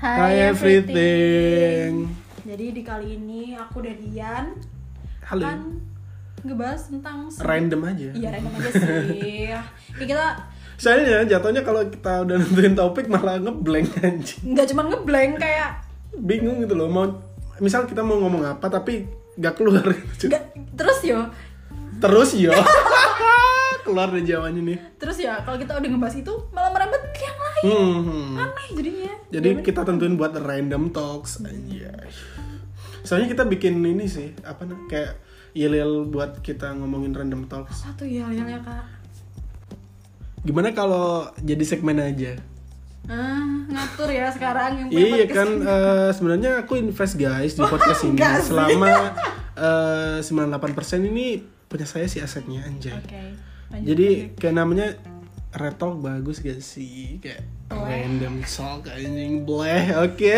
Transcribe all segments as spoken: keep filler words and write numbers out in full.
Hi everything. Jadi di kali ini aku dan Ian Halo. akan ngebahas tentang Random aja. Iya random aja sih. Ya, kita Soalnya jatuhnya kalau kita udah nentuin topik malah ngeblank anjing. nggak cuma ngeblank kayak Bingung gitu loh. Mau misal kita mau ngomong apa tapi gak keluar. nggak, terus yo Terus yo. Keluar dari jawabannya nih. terus ya kalau kita udah ngebahas itu malah merembet ke yang lain. Hmm. Aneh jadinya. Jadi kita tentuin buat random talks aja. Soalnya kita bikin ini sih, apa nih? Kayak yel-yel buat kita ngomongin random talks. Satu ya yang ya kak. Gimana kalau jadi segmen aja? Ah, ngatur ya sekarang yang punya Iya podcast kan, ini. uh, sebenarnya aku invest guys di podcast ini enggak sih. selama uh, sembilan puluh delapan persen ini punya saya sih asetnya anjay. Oke. lanjut, Jadi lanjut. kayak namanya Red Talk bagus gak sih? Kayak Bleh. random talk anjing bleh, oke.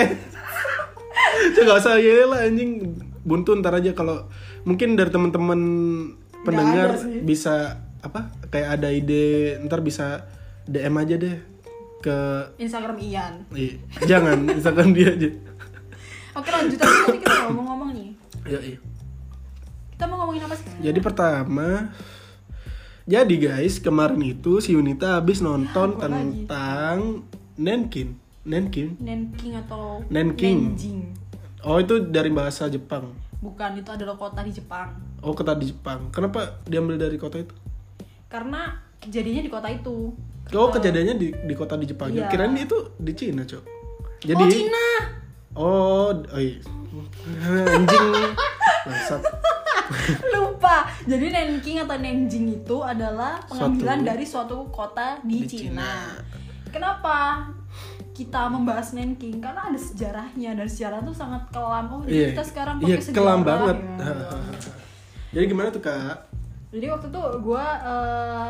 Coba gak usah yel lah anjing, buntu ntar aja kalau mungkin dari teman-teman pendengar ada sih. bisa apa? Kayak ada ide ntar bisa D M aja deh ke Instagram Ian. Iya, jangan Instagram dia aja. Oke lanjut aja nanti kita ngomong-ngomong nih. Iya, iya. Kita mau ngomongin apa sih? Jadi pertama, jadi guys kemarin itu si Yunita habis nonton Ah, gua lagi. tentang Nankin, Nankin. Nanking atau Nanking. Nanjing. Oh itu dari bahasa Jepang. Bukan, itu adalah kota di Jepang. Oh kota di Jepang. Kenapa diambil dari kota itu? Karena kejadiannya di kota itu. Oh kejadiannya di di kota di Jepang. Iya. Kirain dia itu di Cina cok. Jadi. Oh Cina. Oh, oh iya. Anjing. Bangsat. Lupa. Jadi Nanking atau Nanjing itu adalah pengambilan Suatu- dari suatu kota di, Di Cina. Cina. Kenapa kita membahas Nanking? Karena ada sejarahnya, dan sejarah itu sangat kelam. Oh, Iya. kita sekarang pakai Iya sejarah. kelam banget. Ya. Jadi gimana tuh kak? Jadi waktu itu gue uh,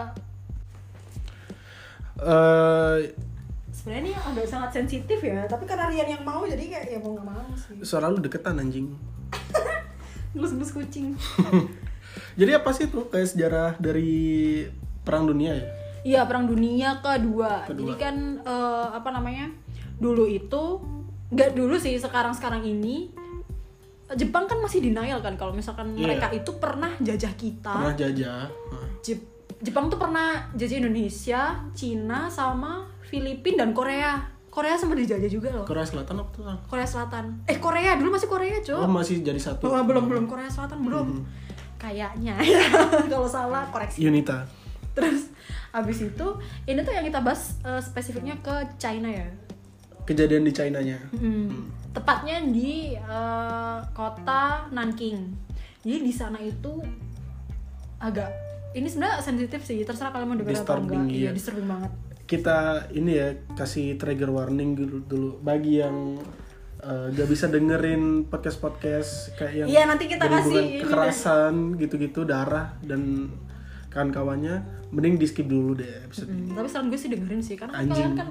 Eh sebenarnya ini agak sangat sensitif ya, tapi karena Rian yang mau jadi kayak ya mau nggak mau sih. suara lu deketan anjing. Ngelus-ngelus kucing. Jadi apa sih tuh kayak sejarah dari Perang Dunia ya? Iya, Perang Dunia kedua. Kedua. Jadi kan eh, apa namanya? Dulu itu nggak dulu sih, sekarang-sekarang ini Jepang kan masih denial kan kalau misalkan Iya. mereka itu pernah jajah kita. Pernah jajah. Hah. Jep- Jepang tuh pernah jajah Indonesia, Cina sama Filipina dan Korea. Korea sempat dijajah juga loh. Korea Selatan apa tuh? Korea Selatan. Eh Korea dulu masih Korea, Cuk. Oh masih jadi satu. Oh, belum belum Korea Selatan belum. Mhm. Kayaknya kalau salah koreksi. Yunita. Terus abis itu ini tuh yang kita bahas eh, spesifiknya ke China ya. Kejadian di China-nya. Hmm. Tepatnya di eh, kota Nanking. Jadi di sana itu agak ini sebenarnya sensitif sih, terserah kalian mau dengar atau Disturbing, enggak. iya. Iya, disturbing banget. Kita ini ya kasih trigger warning dulu dulu bagi yang uh, gak bisa dengerin podcast-podcast kayak yang Iya, nanti kita berhubungan kasih ini kekerasan gitu-gitu, darah dan kawan-kawannya, mending di skip dulu deh episode ini. Hmm, tapi saran gue sih dengerin sih karena Anjing. kalian kan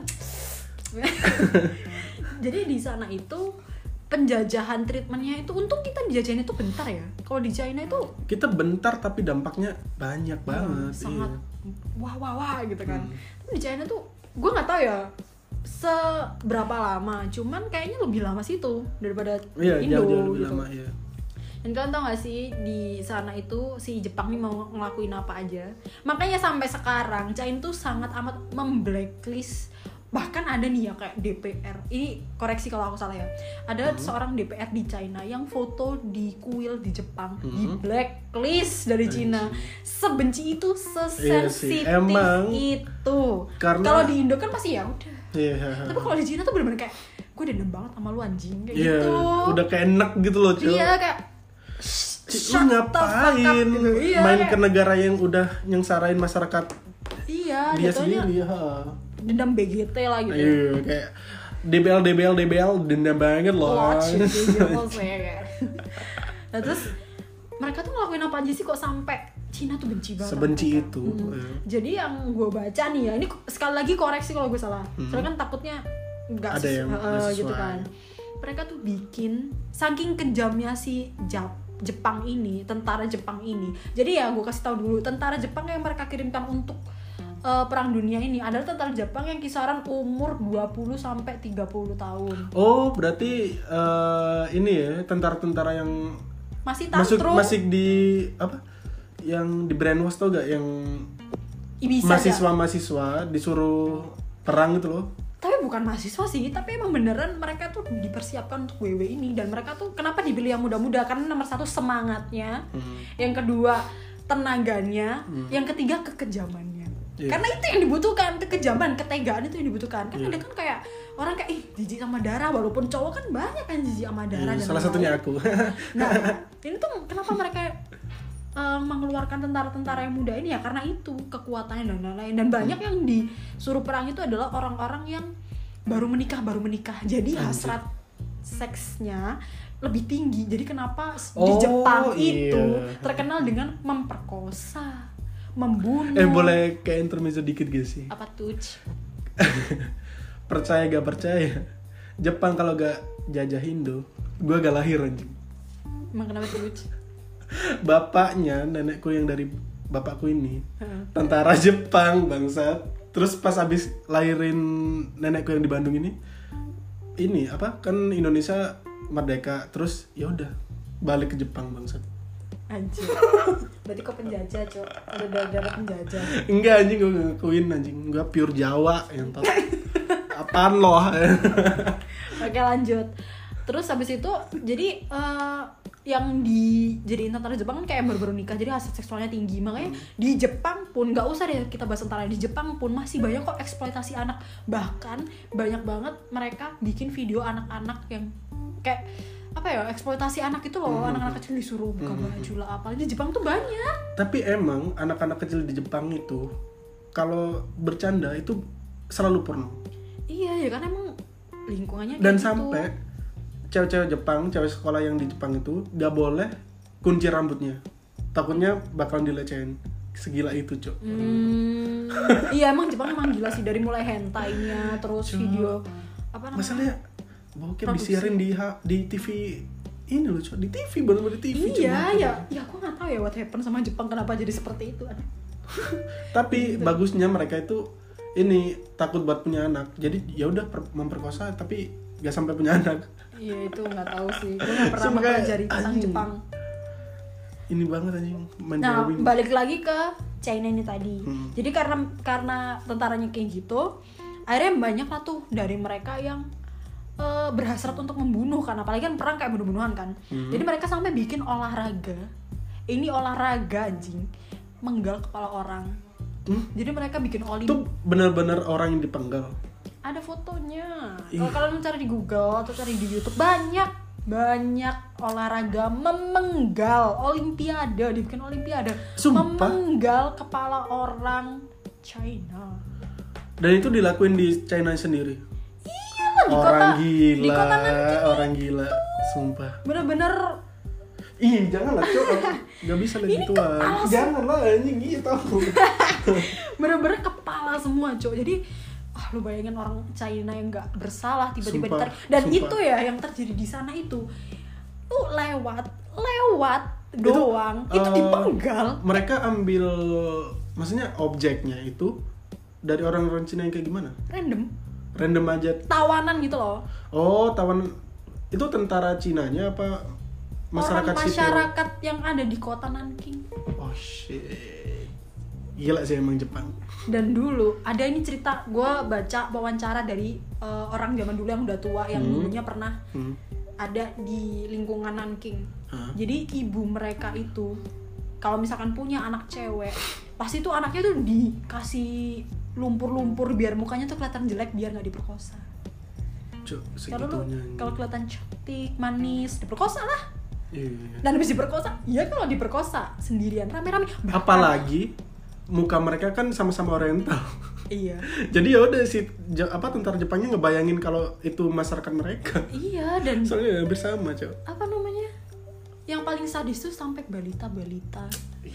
jadi di sana itu penjajahan treatmentnya itu untung kita dijajahin itu bentar ya. Kalau di China itu Kita bentar tapi dampaknya banyak banget. sangat Iya. wah wah wah gitu kan. Hmm. Tapi di China tuh gue nggak tahu ya seberapa lama, cuman kayaknya lebih lama sih itu daripada Iya, Indo jauh-jauh lebih gitu. lama ya. Dan kalian tau gak sih di sana itu si Jepang nih mau ngelakuin apa aja. Makanya sampai sekarang China tuh sangat amat memblacklist. Bahkan ada nih ya kayak D P R. Ini koreksi kalau aku salah ya. Ada Hmm. seorang D P R di China yang foto di kuil di Jepang Hmm. di blacklist dari Cina. Sebenci itu, Iya sih, sesensitif emang. itu. Karena- Kalau di Indo kan masih ya udah. Iya. Tapi kalau di Cina tuh bener-bener kayak gue dendam banget sama lu anjing kayak Iya, gitu. udah kayak enak gitu loh, cuy. Iya kayak Lu shut the fuck up ngapain gitu. Iya, main kayak- ke negara yang udah nyengsarain masasyarakat Iya, dia jatuhnya sendiri ya. dendam B G T lah gitu. Iya, kayak D B L D B L D B L dendam banget loh. Watch gitu maksudnya kayak. Nah terus mereka tuh ngelakuin apa aja sih kok sampai Cina tuh benci banget. Sebenci mereka. itu. Mm. Iya. Jadi yang gue baca nih ya, ini sekali lagi koreksi kalau gue salah. Hmm. Soalnya kan takutnya nggak Ada yang sesu- nggak eh, gitu sesuai. kan. Mereka tuh bikin saking kejamnya si Jap Jepang ini, tentara Jepang ini. Jadi ya gue kasih tahu dulu, tentara Jepang yang mereka kirimkan untuk uh, perang dunia ini adalah tentara Jepang yang kisaran umur dua puluh sampai tiga puluh tahun. Oh, berarti uh, ini ya tentara-tentara yang masih masuk tantrum. masih di apa? Yang di brainwash tau gak, yang Bisa mahasiswa-mahasiswa disuruh perang gitu loh. Tapi bukan mahasiswa sih, tapi emang beneran mereka tuh dipersiapkan untuk W W ini. Dan mereka tuh kenapa dipilih yang muda-muda? Karena nomor satu semangatnya, hmm. yang kedua tenaganya, hmm. yang ketiga kekejamannya. Yeah. Karena itu yang dibutuhkan, kekejaman, ketegaan itu yang dibutuhkan. Kan yeah. ada kan kayak orang kayak ih jijik sama darah, walaupun cowok kan banyak kan jijik sama darah. Yeah, salah satunya aku. Nah, ini tuh kenapa mereka Uh, mengeluarkan tentara-tentara yang muda ini ya karena itu kekuatannya dan lain-lain. Dan banyak yang disuruh perang itu adalah orang-orang yang baru menikah baru menikah jadi hasrat seksnya lebih tinggi. Jadi kenapa oh, di Jepang iya. itu terkenal dengan memperkosa, membunuh. Eh boleh kayak intermezzo dikit gak sih? Apa tuh? Percaya gak percaya, Jepang kalau gak jajah Indo, gue gak lahir anjing. Emang kenapa tuh? Bapaknya, nenekku yang dari bapakku ini hmm. tentara Jepang bangsat. Terus pas abis lahirin nenekku yang di Bandung ini, ini apa kan Indonesia merdeka, terus ya udah balik ke Jepang bangsat. Anjing. Berarti kok penjajah, Cok. Ada darah penjajah. Enggak anjing, gue ngakuin anjing. Gue pure Jawa yang top. Apaan loh? Oke lanjut. Terus habis itu jadi uh, yang dijadiin tentara Jepang kan kayak baru-baru nikah, jadi hasrat seksualnya tinggi. Makanya hmm. di Jepang pun, nggak usah deh kita bahas tentara, di Jepang pun masih banyak kok eksploitasi anak. Bahkan banyak banget mereka bikin video anak-anak yang kayak apa ya, eksploitasi anak itu loh. Hmm. Anak-anak kecil disuruh buka baju lah apa. Di Jepang tuh banyak. Tapi emang anak-anak kecil di Jepang itu kalau bercanda itu selalu porno. Iya ya kan, emang lingkungannya dan gitu. Sampai cewek-cewek Jepang, cewek sekolah yang di Jepang itu gak boleh kunci rambutnya, takutnya bakalan dilecehin. Segila itu, Cok. Hmm, iya emang Jepang emang gila sih, dari mulai hentai-nya terus Cok. Video apa namanya? Masalahnya bokep disiarin di di T V ini loh, Cok. Di T V, bener-bener di T V. Iya, ya, ya aku nggak tahu ya what happened sama Jepang, kenapa jadi seperti itu. Tapi gitu. Bagusnya mereka itu ini takut buat punya anak, jadi ya udah memperkosa tapi gak sampai punya anak. Iya itu nggak tahu sih, gue nggak pernah mempelajari tentang anjing. Jepang. Ini banget anjing. Nah balik lagi ke China ini tadi. Hmm. Jadi karena karena tentaranya kayak gitu, akhirnya banyak lah tuh dari mereka yang uh, berhasrat untuk membunuh kan, apalagi kan perang kayak bunuh-bunuhan kan. Hmm. Jadi mereka sampai bikin olahraga. Ini olahraga anjing, menggal kepala orang. Hmm? Jadi mereka bikin olim. Itu benar-benar orang yang dipenggal. Ada fotonya. Kalau kalian mencari di Google atau cari di YouTube, banyak banyak olahraga memenggal, olimpiade, dibikin olimpiade. Sumpah? Memenggal kepala orang China. Dan itu dilakuin di China sendiri. Iya, di orang kota, gila, di kota Nanking orang gila, sumpah. Bener-bener. Ih, janganlah, Cok. Gak bisa lagi tuan. Janganlah, anjing gitu. Bener-bener kepala semua, Cok. Jadi ah, lu bayangin orang China yang nggak bersalah tiba-tiba ditarik, dan sumpah. Itu ya yang terjadi di sana itu tuh lewat lewat doang itu, itu uh, dipenggal. Mereka ambil, maksudnya objeknya itu dari orang-orang Cina yang kayak gimana? Random. Random aja. Tawanan gitu loh. Oh, tawanan itu tentara Cinanya apa masyarakat orang masyarakat sipil yang ada di kota Nanking? Oh shit. Gila sih emang Jepang. Dan dulu ada ini cerita, gue baca wawancara dari uh, orang zaman dulu yang udah tua, yang hmm. dulunya pernah hmm. ada di lingkungan Nanking. Huh? Jadi ibu mereka itu kalau misalkan punya anak cewek, pasti tuh anaknya tuh dikasih lumpur-lumpur biar mukanya tuh kelihatan jelek biar nggak diperkosa. Kalau kalau kelihatan cantik, manis, diperkosa lah. Iya. Dan habis diperkosa, ya kalau diperkosa sendirian rame-rame. Bahkan, apalagi muka mereka kan sama-sama oriental. Iya. Jadi ya udah si apa tentara Jepangnya ngebayangin kalau itu masyarakat mereka. Iya, dan soalnya bersama, Cok. Apa namanya? Yang paling sadis tuh sampai balita-balita.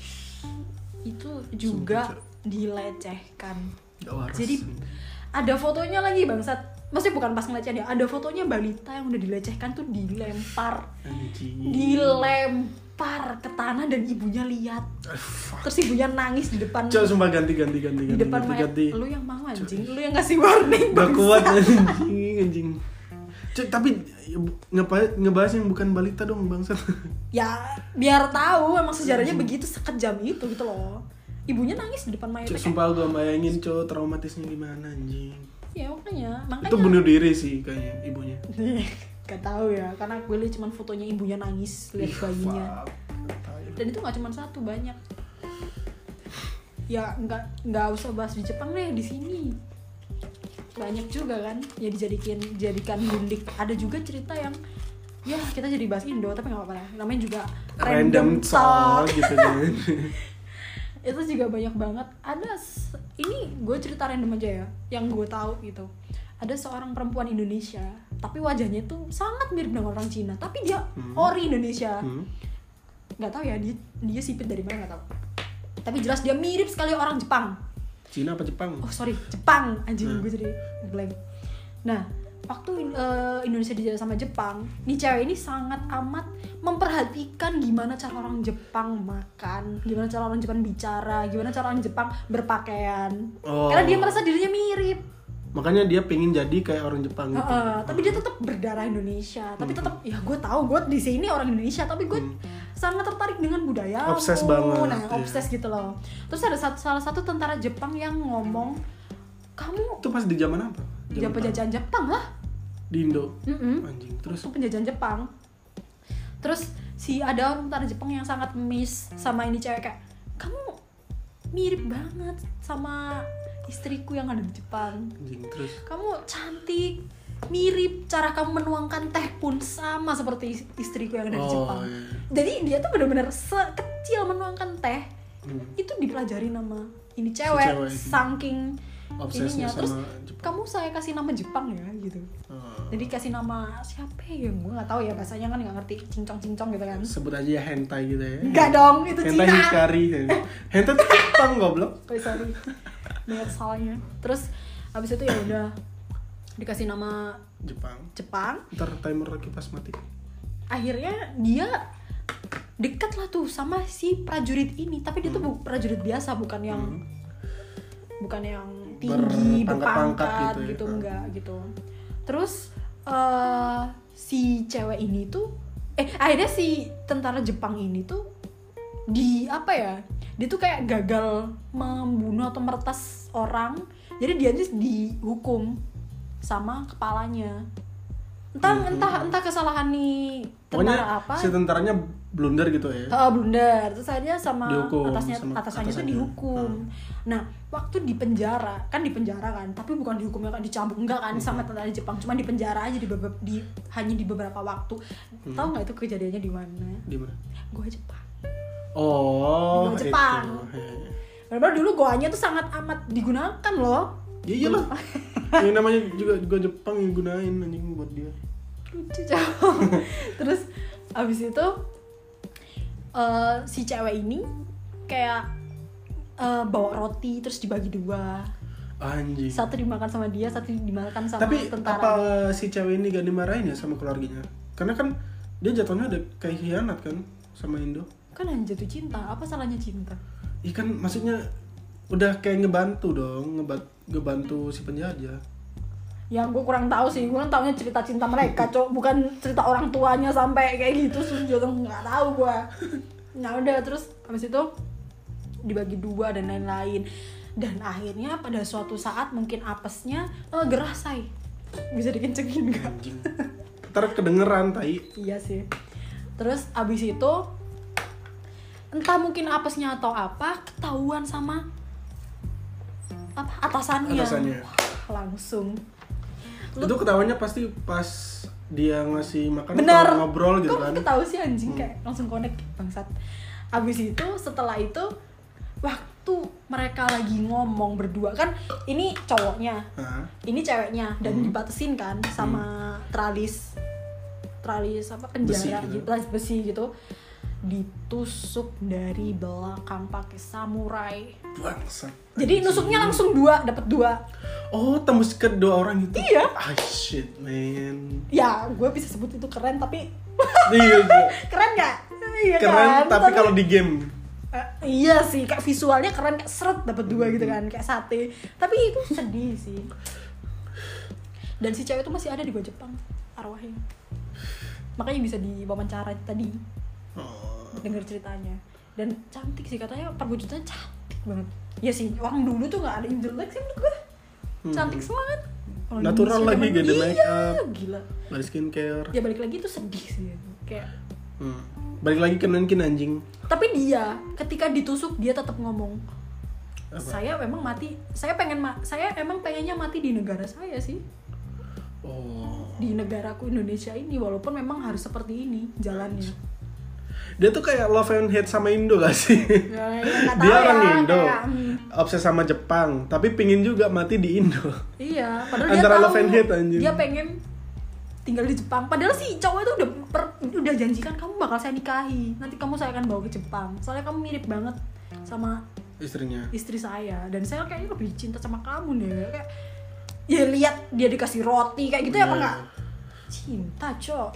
Itu juga sumpah, dilecehkan. Jadi ada fotonya lagi bangsat. Maksudnya bukan pas ngeleceh dia, ada fotonya balita yang udah dilecehkan tuh dilempar. Anjing. Dilempar dilempar ke tanah dan ibunya lihat. Terus ibunya nangis di depan. Cok, sumpah ganti ganti ganti Di ganti depan ganti, mayat. ganti. Lu yang mau anjing, lu yang ngasih warning. Gak kuat anjing anjing. Cok, tapi ngebahas, ngebahas yang bukan balita dong bangsat. Ya biar tahu emang sejarahnya begitu, sekejam itu gitu loh. Ibunya nangis di depan mayat. Cok, sumpah gue bayangin cok traumatisnya gimana anjing. Ya makanya, makanya Itu bunuh diri sih kayaknya ibunya. Gak tahu ya, karena gue liat cuman fotonya ibunya nangis lihat bayinya. Dan itu nggak cuma satu, banyak. Ya nggak nggak usah bahas di Jepang deh, di sini banyak juga kan ya dijadikan jadikan gulik. Ada juga cerita yang ya kita jadi bahas Indo tapi nggak apa-apa lah, namanya juga Random, random talk talk gitu kan. Itu juga banyak banget. Ada ini gue cerita random aja ya yang gue tahu gitu. Ada seorang perempuan Indonesia tapi wajahnya tuh sangat mirip dengan orang Cina, tapi dia hmm. ori Indonesia. Nggak hmm. tahu ya dia dia sipit dari mana, nggak tahu, tapi jelas dia mirip sekali orang Jepang. Cina apa Jepang? Oh sorry, Jepang. Anjing, hmm. gue jadi blank. Nah, waktu uh, Indonesia dijajah sama Jepang, nih cewek ini sangat amat memperhatikan gimana cara orang Jepang makan, gimana cara orang Jepang bicara, gimana cara orang Jepang berpakaian. Oh. Karena dia merasa dirinya mirip. Makanya dia pengen jadi kayak orang Jepang gitu. Uh, uh, tapi dia tetap berdarah Indonesia. Tapi tetap ya gue tahu gue di sini orang Indonesia, tapi gue hmm. sangat tertarik dengan budaya. Obses banget. Nah, obses gitu loh. Terus ada satu, salah satu tentara Jepang yang ngomong, kamu itu pas di zaman apa? Zaman penjajahan Jepang lah. Di Indo. Mm-mm. Anjing. Terus itu penjajahan Jepang. Terus si ada orang tentara Jepang yang sangat miss sama ini cewek, kayak kamu mirip banget sama istriku yang ada di Jepang. Anjing, terus kamu cantik, mirip, cara kamu menuangkan teh pun sama seperti istriku yang ada di oh, Jepang. Iya. Jadi dia tuh benar-benar sekecil menuangkan teh. Hmm. Itu dipelajari nama ini cewek, si cewek saking ininya. Terus Jepang. Kamu saya kasih nama Jepang ya gitu. Oh. Jadi kasih nama siapa ya? Gue nggak tahu ya, bahasanya kan nggak ngerti, cincong-cincong gitu kan. Sebut aja ya hentai gitu ya. Enggak dong, itu hentai Cina. Hikari. Hentai tuh Jepang goblok. Oh, sorry. Banyak salahnya. Terus abis itu ya udah dikasih nama Jepang. Jepang. Ntar timer lagi pas mati. Akhirnya dia dekat lah tuh sama si prajurit ini, tapi dia hmm. tuh prajurit biasa, bukan yang hmm. bukan yang tinggi berpangkat gitu, gitu ya. Enggak gitu. Terus uh, si cewek ini tuh eh akhirnya si tentara Jepang ini tuh di apa ya, dia tuh kayak gagal membunuh atau meretas orang, jadi dia tuh dihukum sama kepalanya. Entah hmm. entah entah kesalahan nih tentara pokoknya apa. Si tentaranya blunder gitu ya. Oh, blunder. Terus akhirnya sama dihukum, atasnya sama atasannya tuh dihukum. Hmm. Nah, waktu di penjara, kan di penjara kan, tapi bukan dihukumnya kan dicambuk, enggak kan hmm. sama tentara Jepang, cuma di penjara aja di, bebe- di hanya di beberapa waktu. Hmm. Tahu enggak itu kejadiannya di mana? Di mana? Gua Jepang. Oh, Gua Jepang. Benar-benar dulu goanya tuh sangat amat digunakan loh. Ya iyalah. Yang namanya juga gua Jepang yang gunain anjing buat dia. Lucu jauh. Terus abis itu uh, si cewek ini kayak uh, bawa roti terus dibagi dua. Anjing. Satu dimakan sama dia, satu dimakan sama tapi tentara. Tapi apa si cewek ini gak dimarahin ya sama keluarganya? Karena kan dia jatuhnya udah kayak khianat kan sama Indo. Kan hanya jatuh cinta, apa salahnya cinta? Iya kan maksudnya udah kayak ngebantu dong, ngebat ngebantu si penjajah. Ya gue kurang tahu sih, gue kan taunya cerita cinta mereka, cok, bukan cerita orang tuanya sampai kayak gitu, sejauh nggak tahu gue. Nah udah, terus habis itu dibagi dua dan lain-lain, dan akhirnya pada suatu saat mungkin apesnya uh, gerah say, bisa dikencengin nggak? Ntar kedengeran tai. Iya sih. Terus abis itu entah mungkin apesnya atau apa ketahuan sama apa atasannya. Atasannya. Wah, langsung. Lu, itu ketahuannya pasti pas dia ngasih makan atau ngobrol gitu kan. Kok ketahu sih anjing, hmm. kayak langsung connect bangsat. Abis itu setelah itu waktu mereka lagi ngomong berdua kan, ini cowoknya, uh-huh. ini ceweknya, dan hmm. dibatesin kan sama hmm. tralis tralis apa penjara besi, gitu. Tralis besi gitu, ditusuk dari belakang pakai samurai. Bangsat. Jadi nusuknya langsung dua, dapat dua. Oh, tembus ke dua orang itu. Iya. Ah shit man. Ya, gue bisa sebut itu keren tapi. Iya. Keren nggak? Iya keren kan? tapi, tapi kalau di game Uh, iya sih, kayak visualnya keren, kayak seret dapat dua gitu kan, kayak sate. Tapi itu sedih sih. Dan si cewek itu masih ada di gua Jepang arwahnya. Makanya bisa diwawancara tadi. oh. Dengar ceritanya. Dan cantik sih katanya, perwujudannya cantik banget. Ya sih, orang dulu tuh nggak ada yang jelek sih menurut gua. Cantik hmm. semua kan. Orang natural Indonesia lagi, gak ada make iya, up, gila. gak ada skincare. Ya balik lagi itu sedih sih, kayak. Hmm. Balik lagi ke nankin anjing. Tapi dia ketika ditusuk dia tetap ngomong, apa? Saya memang mati, saya pengen ma- saya emang pengennya mati di negara saya sih. Oh. Di negaraku Indonesia ini, walaupun memang harus seperti ini jalannya. Dia tuh kayak love and hate sama Indo gak sih? Ya, ya, dia orang ya, Indo, kayak, hmm. obses sama Jepang, tapi pingin juga mati di Indo. Iya, padahal antara dia love and hate anjing. Dia pengen tinggal di Jepang. Padahal si cowok itu udah per, udah janjikan kamu bakal saya nikahi. Nanti kamu saya akan bawa ke Jepang. Soalnya kamu mirip banget sama istrinya. Istri saya, dan saya kayaknya lebih cinta sama kamu deh. Kayak ya lihat dia dikasih roti kayak gitu yeah. Ya apa enggak? Cinta, Cok.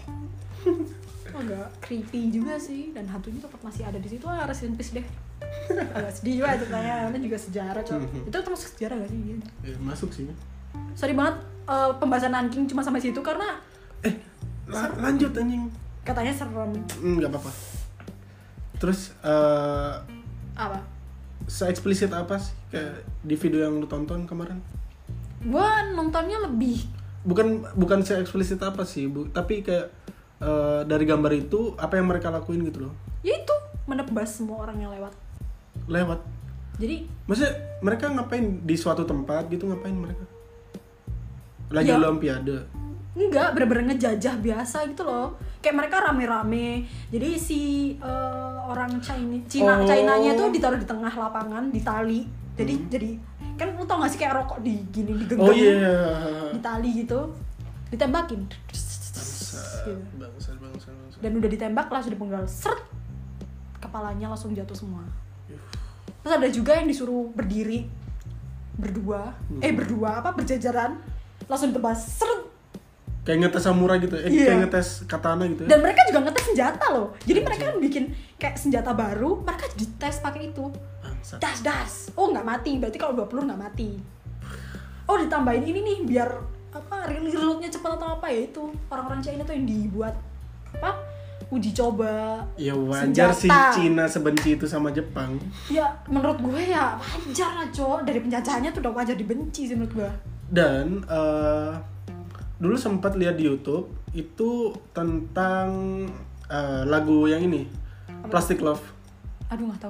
Agak creepy juga sih, dan hantunya tetap masih ada di situ. Ah, rest in peace deh. Agak sedih juga ceritanya, karena juga sejarah, Cok. Itu termasuk sejarah gak sih dia? Ya, masuk sih. Sorry banget uh, pembahasan Nanking cuma sampai situ karena eh la- lanjut anjing. Katanya serem. Enggak apa-apa. Terus uh, Apa? Se-eksplisit apa sih kayak di video yang lu tonton kemarin? Gua nontonnya lebih bukan bukan se-eksplisit apa sih, Bu, tapi kayak uh, dari gambar itu apa yang mereka lakuin gitu loh. Ya itu menebas semua orang yang lewat. Lewat. Jadi maksudnya mereka ngapain di suatu tempat gitu, ngapain mereka? Lagi ya, Olimpiade. Enggak, bener-bener ngejajah biasa gitu loh. Kayak mereka rame-rame. Jadi si uh, orang China, Cina, oh. Chinanya tuh ditaruh di tengah lapangan, di tali. Jadi hmm. jadi kan lu tau gak sih kayak rokok di gini digenggam. Oh iya. Yeah. Di tali gitu. Ditembakin. Bangsa, bangsa, bangsa, bangsa. Dan udah ditembak langsung dipenggal. Seret. Kepalanya langsung jatuh semua. Terus ada juga yang disuruh berdiri berdua, hmm. eh berdua apa berjajaran, langsung ditebas. Seret. Kayak ngetes samurai gitu, eh yeah. kayak ngetes katana gitu. Dan mereka juga ngetes senjata loh. Jadi Anjir. Mereka kan bikin kayak senjata baru, mereka dites pakai itu. Bangsat. Das das. Oh nggak mati, berarti kalau dua pelur nggak mati. Oh ditambahin ini nih biar apa reloadnya cepat atau apa ya itu orang-orang China tuh yang dibuat apa uji coba. Ya wajar sih Cina sebenci itu sama Jepang. Ya menurut gue ya wajar lah cowok, dari penjajahannya tuh udah wajar dibenci sih menurut gue. Dan uh, dulu sempat lihat di YouTube itu tentang uh, lagu yang ini apa? Plastic Love. Aduh nggak tahu.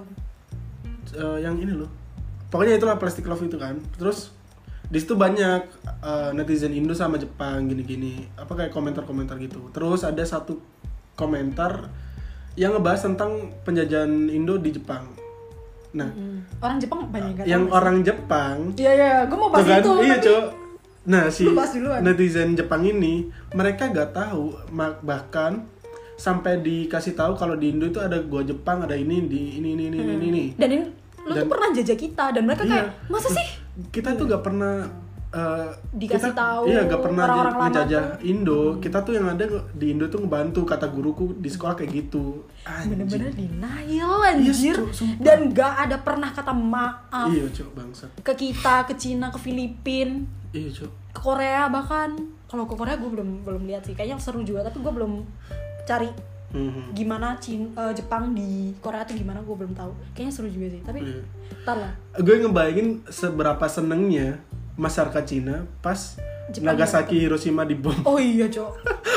Uh, yang ini loh. Pokoknya itulah Plastic Love itu kan. Terus di situ banyak uh, netizen Indo sama Jepang gini-gini, apa kayak komentar-komentar gitu. Terus ada satu komentar yang ngebahas tentang penjajahan Indo di Jepang. Nah, mm-hmm. orang Jepang banyak yang yang orang sih. Jepang. Iya iya, gue mau bahas itu. Iya, tapi... Cok. Nah, si duluan. netizen Jepang ini mereka gak tahu, bahkan sampai dikasih tahu kalau di Indo itu ada gua Jepang, ada ini di ini ini ini hmm. ini ini. Dan ini lu dan, tuh pernah jajah kita dan mereka iya, kayak masa sih? Kita tuh gak pernah uh, dikasih kita, tahu. Iya, gak pernah orang-orang ngejajah tuh. Indo. Hmm. Kita tuh yang ada di Indo tuh ngebantu, kata guruku di sekolah kayak gitu. Anjir. Bener-bener denial anjir. Yes, dan gak ada pernah kata maaf. Iya, Cok, bangsat. Ke kita, ke Cina, ke Filipina. Iya, Cok. Ke Korea bahkan. Kalau ke Korea gue belum belum lihat sih. Kayaknya seru juga tapi gue belum cari mm-hmm. gimana Cina, uh, Jepang di Korea tuh gimana gue belum tahu. Kayaknya seru juga sih. Tapi yeah. Ntar lah. Gue ngebayangin seberapa senengnya masyarakat Cina pas Jepang Nagasaki ya, Hiroshima dibom. Oh iya, Cok.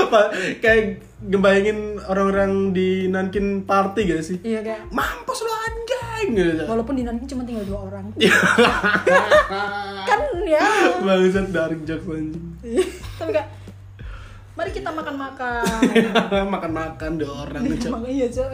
Kayak ngebayangin orang-orang di Nankin party gak sih? Iya kayak mampus lu anjing gitu. Walaupun di Nankin cuma tinggal dua orang. Kan ya. Bangsat dark jokes anjing. Tapi kayak mari kita makan-makan. Makan-makan dua orang Cok. Iya, Cok.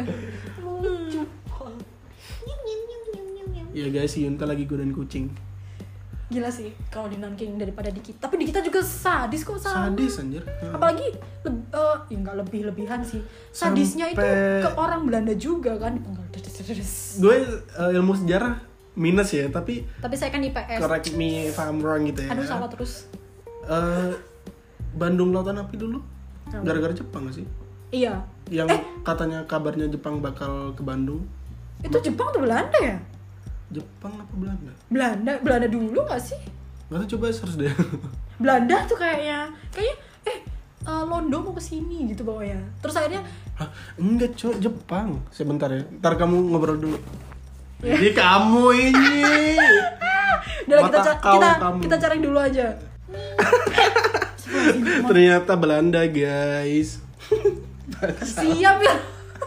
Ya guys, Yunta lagi godain kucing. Gila sih kalau di Nanking daripada di kita. Tapi di kita juga sadis kok sama. Sadis anjir. Apalagi le- uh, ya enggak lebih-lebihan sih. Sadisnya Sampai... itu ke orang Belanda juga kan dipenggal. Gue uh, ilmu sejarah minus ya, tapi Tapi saya kan I P S. Correct me if I'm wrong gitu ya. Aduh salah terus. Uh, Bandung Lautan Api dulu gara-gara Jepang gak sih? Iya. Yang eh. katanya kabarnya Jepang bakal ke Bandung. Itu Jepang atau Belanda ya? Jepang apa Belanda? Belanda, Belanda dulu nggak sih? Nggak tahu, coba search deh. Belanda tuh kayaknya, kayaknya eh uh, Londo mau kesini gitu bawahnya. Terus akhirnya, Hah? Enggak cuy, Jepang. Sebentar ya, ntar kamu ngobrol dulu. Ya. Jadi kamu ini. Udah kita ca- kau kita kamu. kita cari dulu aja. Ternyata Belanda guys. Siap ya.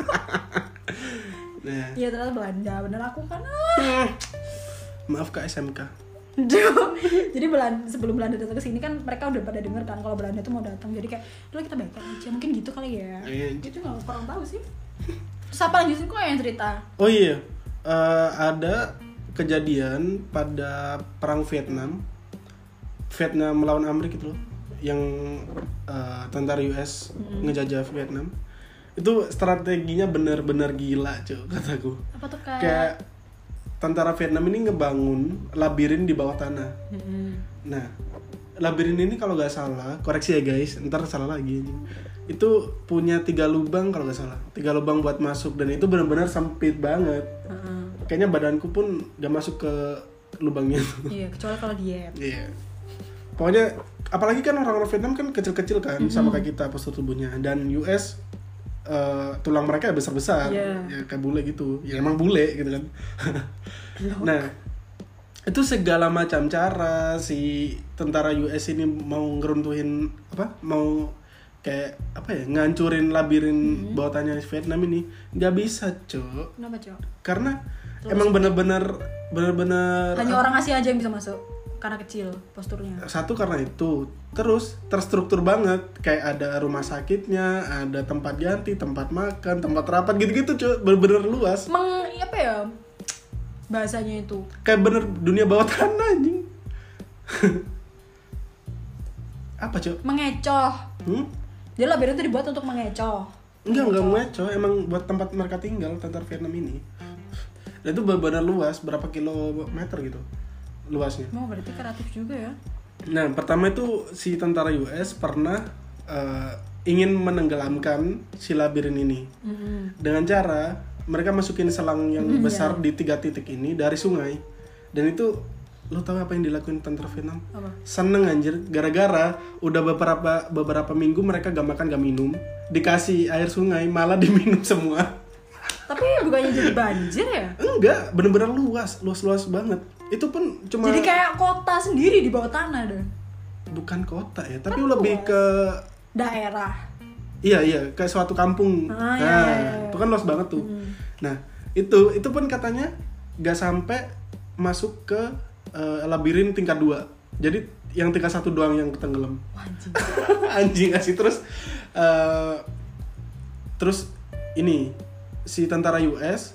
Nah. Iya ternyata Belanda, bener aku kan. Maaf Kak S M K. Jadi Belanda, sebelum Belanda datang ke sini kan mereka udah pada denger kan kalau Belanda tuh mau datang. Jadi kayak, dulu kita baikkan aja, mungkin gitu kali ya. Iya. Gitu nggak kurang tahu sih. Terus apa lanjutin kok yang cerita? Oh iya, uh, ada kejadian pada perang Vietnam, Vietnam melawan Amerika gitu loh, yang uh, tentara U S mm-hmm. ngejajah Vietnam. Itu strateginya benar-benar gila cuy kataku. Apa tuh kayak? Kayak tentara Vietnam ini ngebangun labirin di bawah tanah. Mm-hmm. Nah, labirin ini kalau nggak salah, koreksi ya guys, ntar salah lagi. Itu punya tiga lubang kalau nggak salah, tiga lubang buat masuk, dan itu benar-benar sempit banget. Uh-uh. Kayaknya badanku pun nggak masuk ke lubangnya. Iya, kecuali kalau diet. Iya. Pokoknya, apalagi kan orang-orang Vietnam kan kecil-kecil kan, mm-hmm. sama kayak kita postur tubuhnya, dan U S Uh, tulang mereka besar-besar, yeah. ya kayak bule gitu, ya emang bule gitu kan. Nah, itu segala macam cara si tentara U S ini mau ngeruntuhin apa, mau kayak apa ya, ngancurin labirin mm-hmm. bawah tanah Vietnam ini, nggak bisa cok. Kenapa cok? Karena terus, emang benar-benar benar-benar hanya apa? Orang Asia aja yang bisa masuk karena kecil posturnya. Satu karena itu, terus terstruktur banget, kayak ada rumah sakitnya, ada tempat ganti, tempat makan, tempat rapat gitu-gitu cuy, bener-bener luas. Meng apa ya bahasanya itu? Kayak bener dunia bawah tanah anjing. Apa cuy? Mengecoh. Hmm? Dia labirin itu dibuat untuk mengecoh. Enggak, enggak mengecoh, emang buat tempat mereka tinggal tentara Vietnam ini. Dan itu bener-bener luas, berapa kilometer gitu luasnya. Oh, berarti kreatif juga ya. Nah, pertama itu si tentara U S pernah uh, ingin menenggelamkan si labirin ini. Mm-hmm. Dengan cara mereka masukin selang yang mm-hmm, besar yeah. di tiga titik ini dari sungai. Dan itu, lo tau apa yang dilakuin tentara Vietnam? Apa? Seneng anjir, gara-gara udah beberapa beberapa minggu mereka gak makan gak minum, dikasih air sungai malah diminum semua. Tapi bukannya jadi banjir ya? Enggak, bener-bener luas, luas-luas banget. Itu pun cuma jadi kayak kota sendiri di bawah tanah deh. Bukan kota ya, tapi kan lebih luas. Ke daerah. Iya iya, kayak suatu kampung. Ah, nah, iya, iya, iya. itu kan luas banget tuh. Hmm. Nah, itu itu pun katanya gak sampai masuk ke uh, labirin tingkat dua. Jadi yang tingkat satu doang yang tenggelam. Anjing. Anjing asli. Terus uh, terus ini si tentara U S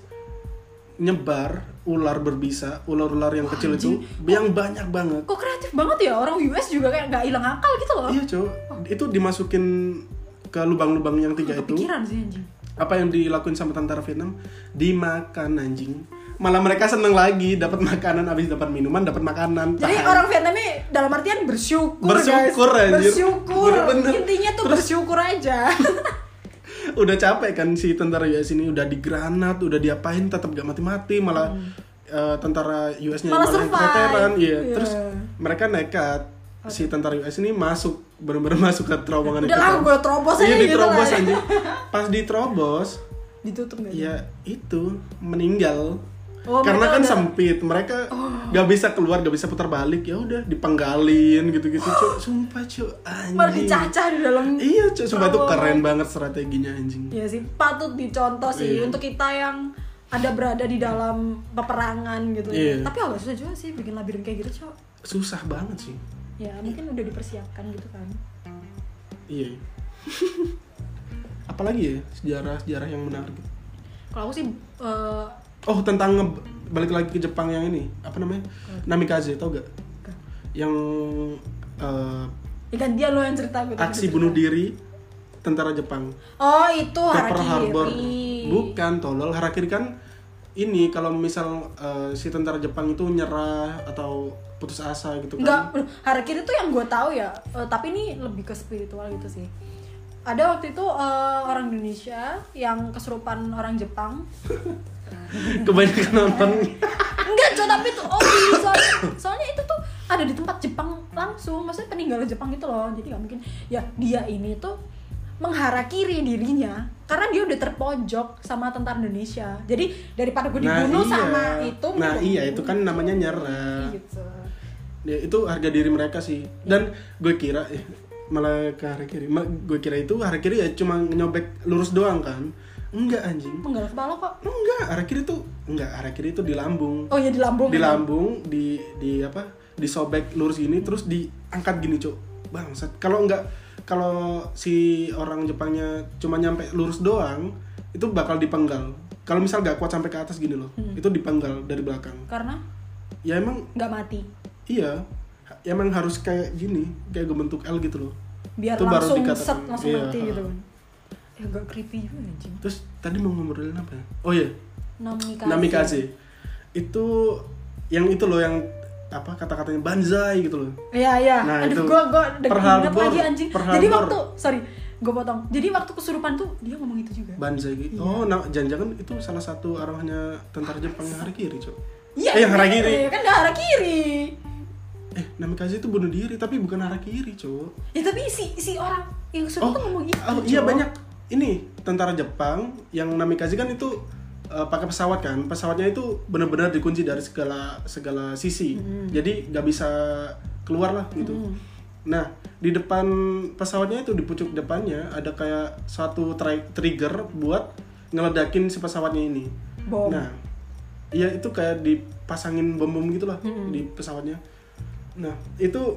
nyebar ular berbisa, ular-ular yang wah, kecil anjing. itu yang banyak banget. Kok kreatif banget ya, orang U S juga kayak nggak hilang akal gitu loh. Iya cow, oh. Itu dimasukin ke lubang-lubang yang tiga itu. Kepikiran sih anjing. Apa yang dilakuin sama tentara Vietnam? Dimakan anjing. Malah mereka seneng lagi, dapat makanan, abis dapat minuman, dapat makanan. Jadi tahan. Orang Vietnam ini dalam artian bersyukur, bersyukur guys. Anjir. Bersyukur. Bener-bener. Intinya tuh terus, bersyukur aja. Udah capek kan si tentara U S ini, udah digranat, udah diapain, tetap gak mati-mati, malah hmm. uh, tentara U S-nya malah malah keteteran, iya. Yeah. Yeah. Terus mereka nekat, okay. si tentara U S ini masuk, bener-bener masuk ke terowongan itu. Udah lah, gue terobos aja. Iya, gitu diterobos lah. aja. Pas diterobos, ditutup nggak? Ya itu meninggal. Oh, karena kan udah... sempit, mereka oh. gak bisa keluar, gak bisa putar balik, ya udah dipenggalin gitu-gitu, cuy. Sumpah cuy, anjing. Malah dicacah di dalam. Iya cuy, sumpah itu keren banget strateginya anjing. Iya sih, patut dicontoh sih iya. Untuk kita yang ada berada di dalam peperangan gitu. Iya. Tapi agak susah juga sih bikin labirin kayak gitu, cuy. Susah banget sih. Ya mungkin udah dipersiapkan gitu kan. Iya. Apalagi ya sejarah-sejarah yang menarik. Kalau aku sih. Uh, Oh tentang nge- balik lagi ke Jepang yang ini apa namanya hmm. Namikaze tau gak? Hmm. Yang uh, ikan dia lo yang cerita gitu. Aksi cerita. Bunuh diri tentara Jepang. Oh itu Pearl Harbor. Bukan tolol, harakiri kan ini kalau misal uh, si tentara Jepang itu nyerah atau putus asa gitu kan. Enggak, harakiri itu yang gue tahu ya. Uh, tapi ini lebih ke spiritual gitu sih. ada waktu itu uh, orang Indonesia yang kesurupan orang Jepang. Kebanyakan nonton. Enggak, Cok, tapi tuh oh iya, soalnya, soalnya itu tuh ada di tempat Jepang langsung, maksudnya peninggalan Jepang gitu loh. Jadi nggak mungkin ya dia ini tuh mengharakiri dirinya karena dia udah terpojok sama tentara Indonesia. Jadi daripada gue dibunuh nah, iya. sama itu, nah iya itu kan namanya nyerah. Gitu. Ya itu harga diri mereka sih. Dan gue kira eh, malah ke harakiri. Gue kira itu harakiri ya cuma nyobek lurus doang kan. Enggak anjing. Menggal kepala kok. Enggak, harakiri itu enggak, harakiri itu di lambung. Oh iya di lambung. Di lambung, di di apa? Disobek lurus gini terus diangkat gini, Cuk. Bangsat. Kalau enggak kalau si orang Jepangnya cuma nyampe lurus doang, itu bakal dipenggal. Kalau misal enggak kuat sampai ke atas gini loh, hmm. itu dipenggal dari belakang. Karena ya emang enggak mati. Iya. Emang harus kayak gini, kayak bentuk L gitu loh. Biar itu langsung set langsung iya, mati gitu kan. Ya agak creepy juga anjing. Terus tadi mau ngobrolin apa ya? Oh iya. Namikaze. Namikaze. Itu yang itu loh yang apa kata-katanya banzai gitu loh. Iya iya. Nah, aduh itu gua gua ingat lagi anjing. Jadi waktu sorry, gua potong. Jadi waktu kesurupan tuh dia ngomong itu juga. Banzai gitu. Iya. Oh, nah, jangan-jangan itu salah satu arwahnya tentara Jepang yang harakiri, Cok. Iya. Eh, yang harakiri. Iya, kan enggak harakiri. Eh, Namikaze itu bunuh diri tapi bukan harakiri, Cok. Ya tapi si si orang yang kesurupan oh, tuh ngomong itu. Oh, iya banyak. Ini tentara Jepang yang Namikaze kan itu uh, pakai pesawat kan, pesawatnya itu benar-benar dikunci dari segala segala sisi, mm. jadi nggak bisa keluar lah gitu. Mm. Nah di depan pesawatnya itu di pucuk depannya ada kayak satu tri- trigger buat ngeledakin si pesawatnya ini. Bom. Nah iya itu kayak dipasangin bom-bom gitulah mm. di pesawatnya. Nah itu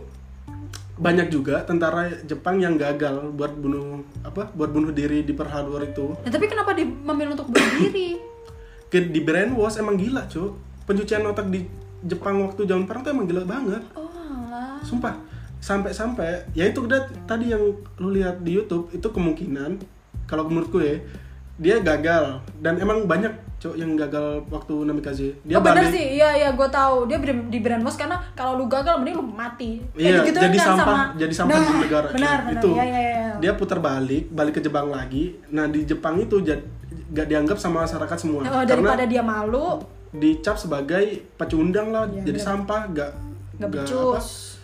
banyak juga tentara Jepang yang gagal buat bunuh apa buat bunuh diri di Pearl Harbor itu. Ya, tapi kenapa dia memilih untuk bunuh diri? Ke di brainwash emang gila, Cuk. Pencucian otak di Jepang waktu zaman perang tuh emang gila banget. Oh, alah. Sumpah. Sampai-sampai ya itu udah tadi yang lu lihat di YouTube itu kemungkinan kalau menurutku ya dia gagal dan emang banyak cowok yang gagal waktu Namikaze. Dia oh bener balik. sih, iya iya gue tahu dia di brainwash karena kalau lu gagal mending lu mati. Iya, gitu jadi kan sampah, sama... jadi sampah nah, di negara. Benar, ya, benar. Itu. Ya, ya, ya. Dia putar balik, balik ke Jepang lagi. Nah di Jepang itu jad, gak dianggap sama masyarakat semua. Oh, daripada dia malu, dicap sebagai pecundang lah, ya, jadi bener. sampah, gak gak becus,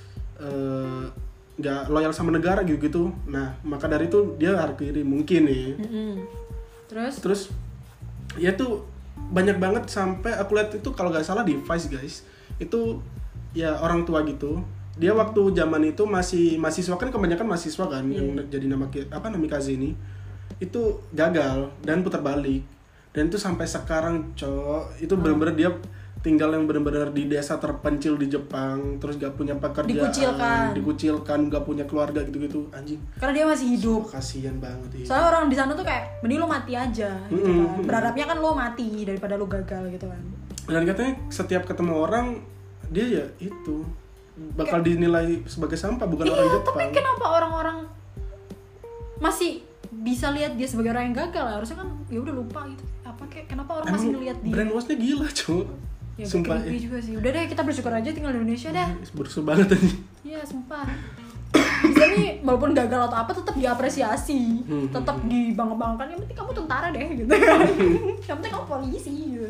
uh, gak loyal sama negara gitu-gitu. Nah maka dari itu dia harakiri mungkin nih. Mm-hmm. Terus? Terus ya tuh banyak banget sampai aku lihat itu kalau nggak salah di Vice guys itu ya orang tua gitu dia waktu zaman itu masih mahasiswa kan kebanyakan mahasiswa kan yeah. yang jadi nama apa Namikaze ini itu gagal dan putar balik dan itu sampai sekarang cowok itu hmm. benar-benar dia tinggal yang benar-benar di desa terpencil di Jepang terus gak punya pekerjaan dikucilkan dikucilkan gak punya keluarga gitu-gitu anjing karena dia masih hidup. So, kasian banget ya. Soalnya orang di sana tuh kayak mending lo mati aja gitu kan. Berharapnya kan lo mati daripada lo gagal gitu kan. Dan katanya setiap ketemu orang dia ya itu bakal kayak, dinilai sebagai sampah bukan iya, orang Jepang. Tapi kenapa orang-orang masih bisa lihat dia sebagai orang yang gagal? Harusnya kan ya udah lupa gitu. Apa kayak kenapa orang emang masih ngelihat dia? Brainwash-nya gila, cuy. Ya, sumpah ya. Juga sih. Udah deh kita bersyukur aja tinggal di Indonesia dah. Bersyukur banget aja. Iya, sumpah. Bisa nih walaupun gagal atau apa tetap diapresiasi, hmm, tetap hmm. dibangga-banggakan. Yang penting kamu tentara deh gitu. Yang penting kamu polisi gitu.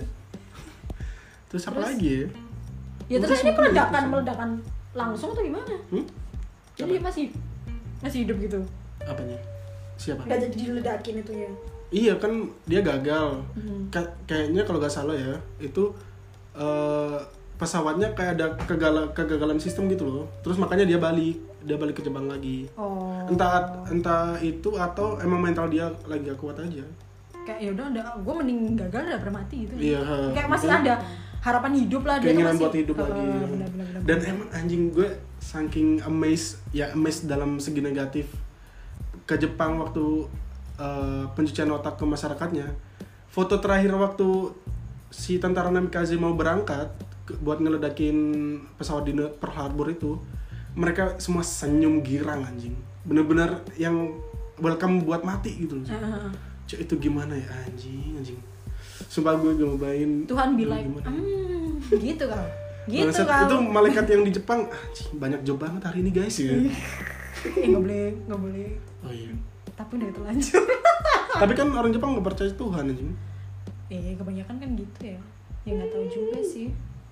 Terus apa terus, lagi ya? Ya terus ini meledakan meledakan langsung atau gimana? Hmm? Jadi dia masih masih hidup gitu. Apanya? Siapa? Gak jadi diledakin itu ya. Iya kan dia gagal. Hmm. Ka- kayaknya kalau gak salah ya itu Uh, pesawatnya kayak ada kegala, kegagalan sistem gitu loh. Terus makanya dia balik, dia balik ke Jepang lagi. Oh. Entah entah itu atau emang mental dia lagi gak kuat aja. Kayak ya udah, gue mending gagal daripada mati gitu. Iya. Kayak masih bener. Ada harapan hidup lah. Keinginan masih, buat hidup uh, lagi. Bener, bener, bener, Dan bener. emang anjing gue saking amazed, ya amazed dalam segi negatif ke Jepang waktu uh, pencucian otak ke masyarakatnya. Foto terakhir waktu si tentara Namikaze mau berangkat ke, buat ngeledakin pesawat di Pearl Harbor itu, mereka semua senyum girang anjing, bener-bener yang welcome buat mati gitu loh. Uh-huh. Cuk itu gimana ya anjing anjing, sumpah gue gak mau bayangin. Tuhan be like, hmm, gitu kan, gitu kan. Itu malaikat yang di Jepang, anjing banyak job banget hari ini guys ya. Eh nggak boleh, nggak boleh. Oh iya. tapi udah terlanjur. Tapi kan orang Jepang nggak percaya Tuhan anjing. Eh kebanyakan kan gitu ya. Ya nggak tahu juga sih.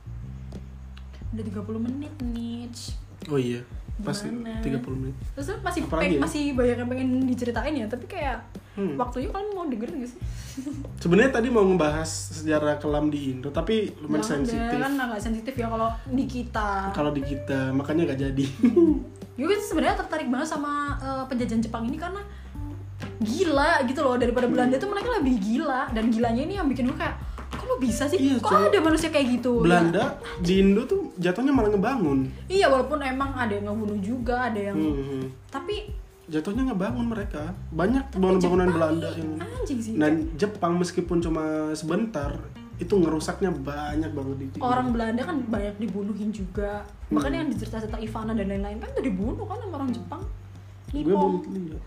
Udah tiga puluh menit nih. Oh iya, pasti Gimana? tiga puluh menit. Terus masih Apalagi peng, ya? masih banyak yang pengen diceritain ya, tapi kayak Hmm. waktunya kalian mau dengerin gak sih? Sebenarnya tadi mau ngebahas sejarah kelam di Indo, tapi lumayan Jangan deh, sensitif. kan agak sensitif ya kalau di kita. Kalau di kita, makanya gak jadi. Gue sebenarnya tertarik banget sama uh, penjajahan Jepang ini karena gila gitu loh, daripada Belanda tuh mereka lebih gila, dan gilanya ini yang bikin gue kayak kok lo bisa sih? Iya, kok coba. ada manusia kayak gitu? Belanda Ya, di Indo tuh jatuhnya malah ngebangun. iya walaupun emang ada yang ngebunuh juga, ada yang Hmm. tapi Jatuhnya ngebangun mereka. Banyak tapi bangunan-bangunan Jepang Belanda nih, yang anjing sih. dan Jepang meskipun cuma sebentar itu ngerusaknya banyak banget di Indo. Orang Belanda kan banyak dibunuhin juga. Hmm. Makanya yang dicerita-cerita Ivana dan lain-lain kan tuh dibunuh kan sama orang Jepang. Gue belum Nippon. lihat.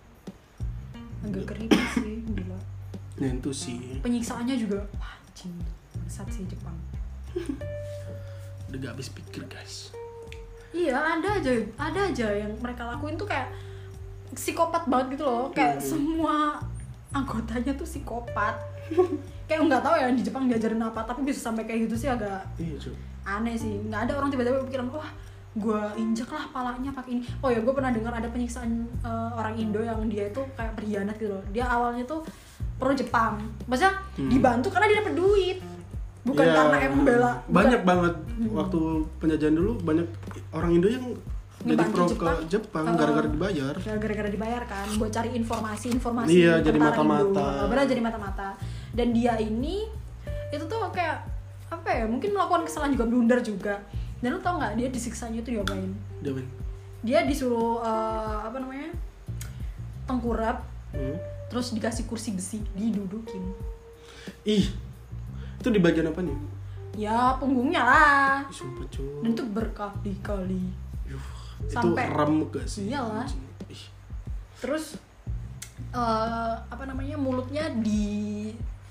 Agak creepy sih, gila. Nah itu sih Penyiksaannya juga wah, anjing. Bangsat sih Jepang. udah gak habis pikir guys. Iya, ada aja, ada aja yang mereka lakuin tuh kayak psikopat banget gitu loh. Kayak Hmm. semua anggotanya tuh psikopat. Kayak nggak tahu ya di Jepang diajarin apa, tapi bisa sampai kayak gitu sih agak Iya cuy. aneh sih. Nggak ada orang tiba-tiba pikiran wah gue injek lah palanya pakai ini. Oh ya, gue pernah dengar ada penyiksaan uh, orang Indo yang dia itu kayak berkhianat gitu loh. Dia awalnya tuh pro Jepang, maksudnya Hmm. dibantu karena dia dapet duit, bukan Ya, karena emang bela. banyak bukan- banget waktu penjajahan dulu banyak orang Indo yang jadi Ngebantu pro Jepang. ke Jepang Uh, gara-gara dibayar. Ya, gara-gara dibayar kan buat cari informasi-informasi Iya, jadi tentara mata-mata. Indo. Benar, jadi mata-mata. Dan dia ini itu tuh kayak apa ya? Mungkin melakukan kesalahan juga, blunder juga. Dan lu tau nggak dia disiksanya itu diapain? Dia main. Dia disuruh uh, apa namanya? Tengkurap, Hmm. terus dikasih kursi besi, didudukin. Ih, itu di bagian apa nih? Ya punggungnya lah. Ih, sumpah cuy. Dan itu berkali-kali. Yuh, Sampai- itu rem gak sih? Iyalah. Ih, Terus uh, apa namanya, mulutnya di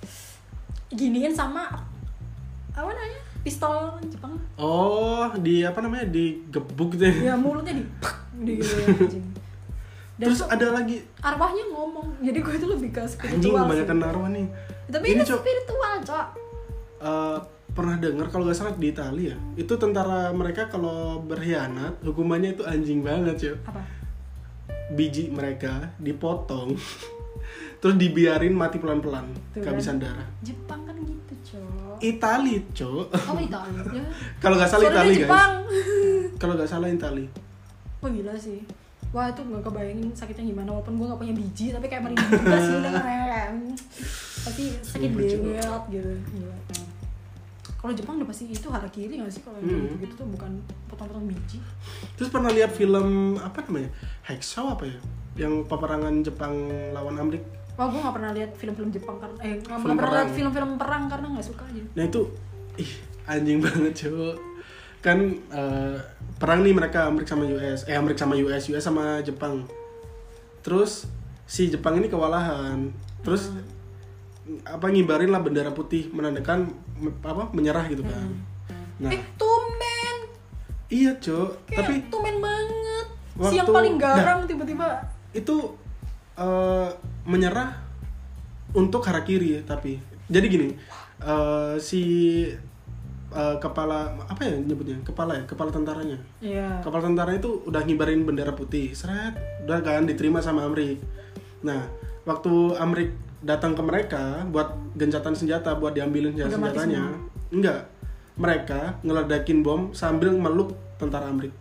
giniin sama apa namanya, pistol Jepang. Oh, di apa namanya? Digebuk gitu ya. Ya mulutnya di di gitu ya, anjing. Dan Terus tuh ada lagi arwahnya ngomong. Jadi gue itu lebih ke anjing spiritual kebanyakan sih. naruh nih. Tapi Ini, ini Cok. spiritual, Cok. Eh, pernah dengar kalau nggak salah di Italia itu tentara mereka kalau berkhianat hukumannya itu anjing banget cuy. Apa? Biji mereka dipotong terus dibiarin mati pelan-pelan Tuh kehabisan kan. darah. Jepang kan gitu, Cok. Itali cok. Oh, Italia. Ya. Kalau nggak salah Soalnya Itali dia Jepang. guys. Kalau nggak salah Itali. Wah gila sih. Wah itu gak kebayangin sakitnya gimana, walaupun gue gak punya biji, tapi kayak merinding juga sih dengernya kayak tapi sakit Sumpah, Cok. banget gitu. Gila. Kalau Jepang udah pasti itu harakiri gak sih kalau yang Hmm. gitu-gitu tuh, bukan potong-potong biji. Terus pernah lihat film apa namanya? Hacksaw apa ya? Yang peperangan Jepang lawan Amerika. Wah gue gak pernah lihat film-film Jepang karena eh gak Film pernah lihat perang. film-film perang karena gak suka aja. Nah itu ih anjing banget cowok. Kan eh, perang nih mereka Amerika sama U S. Eh Amerika sama U S, U S sama Jepang. Terus si Jepang ini kewalahan. Terus apa ngibarin lah bendera putih menandakan me- apa menyerah gitu kan. Nah, Eh tumen, iya, Cok. kayak Tapi tumen banget. Si waktu- yang paling garang tiba-tiba. itu eh, menyerah untuk harakiri tapi. Jadi gini, eh, si eh, kepala apa ya nyebutnya? Kepala ya, kepala tentaranya. Iya. Kapal tentara itu udah ngibarin bendera putih, seret, udah kan diterima sama Amrik. Nah, waktu Amrik datang ke mereka buat gencatan senjata, buat diambilin Udah mati senjatanya, enggak, mereka ngeledakin bom sambil meluk tentara Amrik.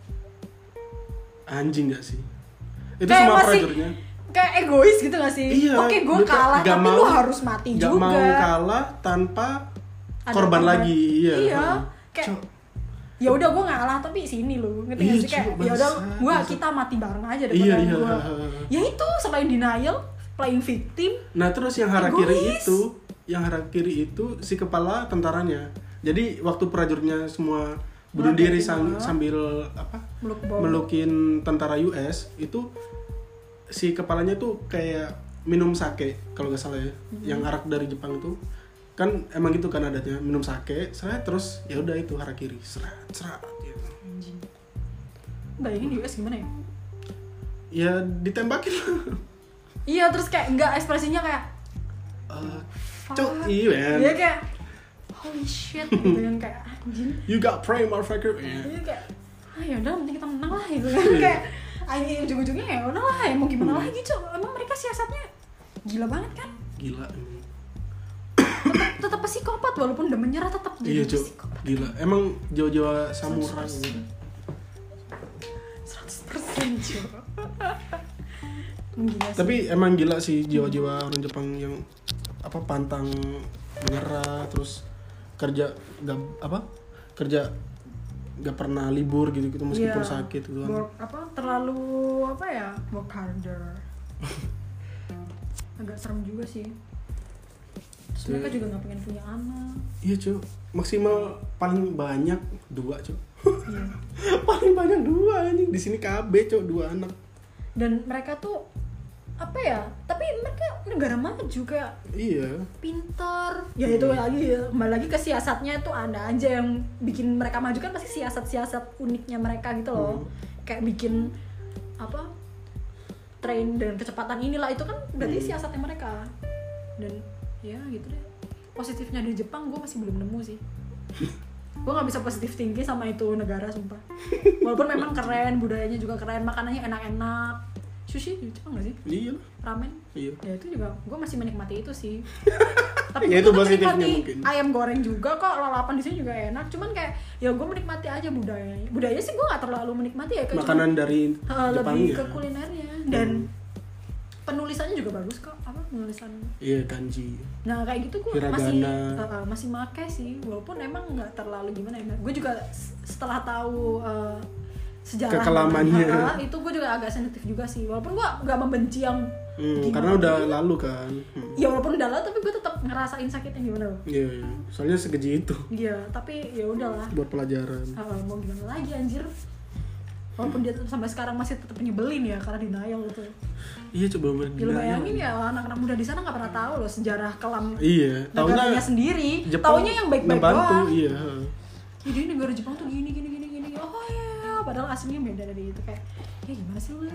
Anjing gak sih? Itu Kayak semua masih- prajuritnya. Kayak egois gitu gak sih? Iya. Oke gue mereka kalah, nggak tapi mau- lu harus mati nggak juga. mau kalah tanpa Ada korban korban. lagi, iya. Iya, kayak Cok, ya udah gue ngalah tapi sini lu, ngerti Iya, gak sih, kayak coba, ya udah bangsat, gue bangsat. kita mati bareng aja daripada Iya, iya. gue. Ya itu selain denial, playing victim. Nah terus yang harakiri Egois. itu, yang harakiri itu si kepala tentaranya. Jadi waktu prajuritnya semua bunuh Meledakin diri sam- bom. sambil apa? Meluk bom. Melukin tentara U S itu si kepalanya tuh kayak minum sake kalau nggak salah ya, yang arak dari Jepang itu kan emang gitu kan adatnya minum sake, seret terus ya udah itu harakiri, seret seret gitu. Anjing. Bayangin U S gimana ya? Ya ditembakin lah. Iya, terus kayak enggak ekspresinya kayak uh, cok iya dia kayak holy shit gitu kan, kayak anjing you got prey motherfucker. Yeah. Dia kayak ah ya udah penting kita menang lah gitu kan. Kayak akhirnya ujung-ujungnya ya udah lah, ya mau gimana lagi cok, emang mereka siasatnya gila banget kan, gila tetap tetap psikopat walaupun udah menyerah tetap iya jadi cok psikopat. gila emang Jawa-Jawa samurai gitu. seratus persen cok. Gila sih. Tapi emang gila sih jiwa-jiwa orang Jepang yang apa pantang menyerah, terus kerja gak apa kerja gak pernah libur gitu gitu meskipun yeah. sakit gitu kan. Work, apa terlalu apa ya work harder. Agak serem juga sih. Terus Tuh. mereka juga nggak pengen punya anak. Iya cuy, maksimal paling banyak dua cuy. Iya. Paling banyak dua ini di sini K B cuy, dua anak. Dan mereka tuh apa ya, tapi mereka negara maju kayak Iya. pinter ya, itu lagi ya kembali lagi ke siasatnya, itu ada aja yang bikin mereka maju kan, pasti siasat-siasat uniknya mereka gitu loh. hmm. Kayak bikin apa train dan kecepatan inilah, itu kan berarti hmm. siasatnya mereka. Dan ya gitu deh, positifnya di Jepang gue masih belum nemu sih. Gue nggak bisa positif tinggi sama itu negara sumpah, walaupun memang keren, budayanya juga keren, makanannya enak-enak. Sushi di Jepang nggak sih? Iya. Ramen? Iya. Ya itu juga gue masih menikmati itu sih. Tapi ya, gue itu tetap positifnya menikmati mungkin. ayam goreng juga kok, lalapan di sini juga enak. Cuman kayak ya gue menikmati aja budayanya. Budayanya sih gue nggak terlalu menikmati ya. Kayak makanan cuman, dari uh, Jepang lebih ya. ke kulinernya dan hmm. penulisannya juga bagus kok. Apa penulisan? Iya, kanji. Nah kayak gitu gue Hiragana. masih uh, uh, masih make sih, walaupun emang nggak terlalu gimana ya. Gue juga setelah tahu uh, sejarah kekelamannya uh, itu gue juga agak sensitif juga sih, walaupun gue nggak membenci yang hmm, karena udah ya. lalu kan. Hmm. Ya walaupun udah lalu tapi gue tetap ngerasain sakitnya gimana loh. Iya, iya. Soalnya sekeji itu. Iya, tapi ya udahlah. Buat pelajaran. Uh, mau gimana lagi anjir. Walaupun dia sampai sekarang masih tetap nyebelin ya karena denial gitu. Iya, coba Ya lu bayangin ya, anak-anak muda di sana nggak pernah tahu loh sejarah kelam iya, negaranya sendiri. Jepang taunya yang baik-baik ngebantu, doang. iya. Jadi negara Jepang tuh gini gini gini gini. Oh ya, padahal aslinya beda dari itu, kayak ya gimana sih lu?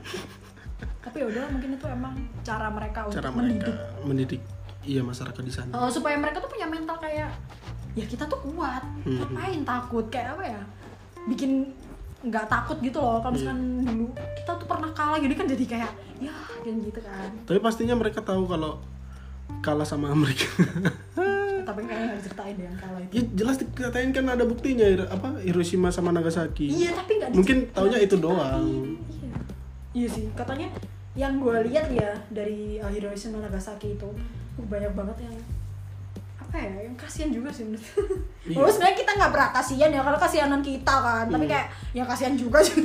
Tapi ya udahlah, mungkin itu emang cara mereka Cara untuk mereka mendidik. mendidik iya masyarakat di sana. Uh, supaya mereka tuh punya mental kayak ya kita tuh kuat, Hmm. ngapain takut, kayak apa ya? Bikin nggak takut gitu loh. Kalau misalkan yeah. dulu kita tuh pernah kalah, jadi kan jadi kayak ya kayak gitu kan. Tapi pastinya mereka tahu kalau kalah sama Amerika. Ya, tapi kayaknya nggak diceritain deh yang kalah itu. Ya jelas dikatain kan ada buktinya, apa Hiroshima sama Nagasaki. Iya, tapi nggak mungkin diceritain, taunya itu doang. Iya. Iya sih, katanya yang gue lihat ya dari uh, Hiroshima Nagasaki itu uh, banyak banget yang apa ya, yang kasihan juga sih menurut. Iya. Walaupun sebenarnya kita nggak berat kasihan ya, kalau kasihanan kita kan, tapi iya. kayak yang kasihan juga sih.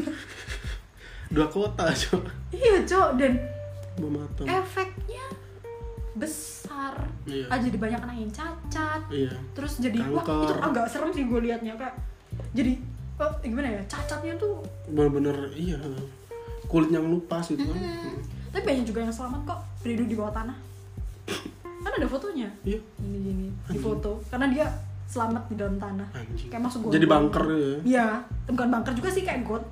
Dua kota coba. Iya cok, dan Bom atom. efeknya besar. Iya. Ah, jadi banyak anak yang cacat. Iya. Terus jadi wah Kanker. itu agak serem sih gue liatnya, kayak jadi oh, gimana ya, cacatnya tuh Bener-bener iya. Kulitnya ngelupas gitu kan. hmm. Hmm. Tapi banyak juga yang selamat kok, hidup di bawah tanah. Kan ada fotonya. Iya. Gini-gini di Anjing. foto karena dia selamat di dalam tanah. Anjing. Kayak masuk got. Jadi bunker ya. Iya, bukan bunker juga sih, kayak got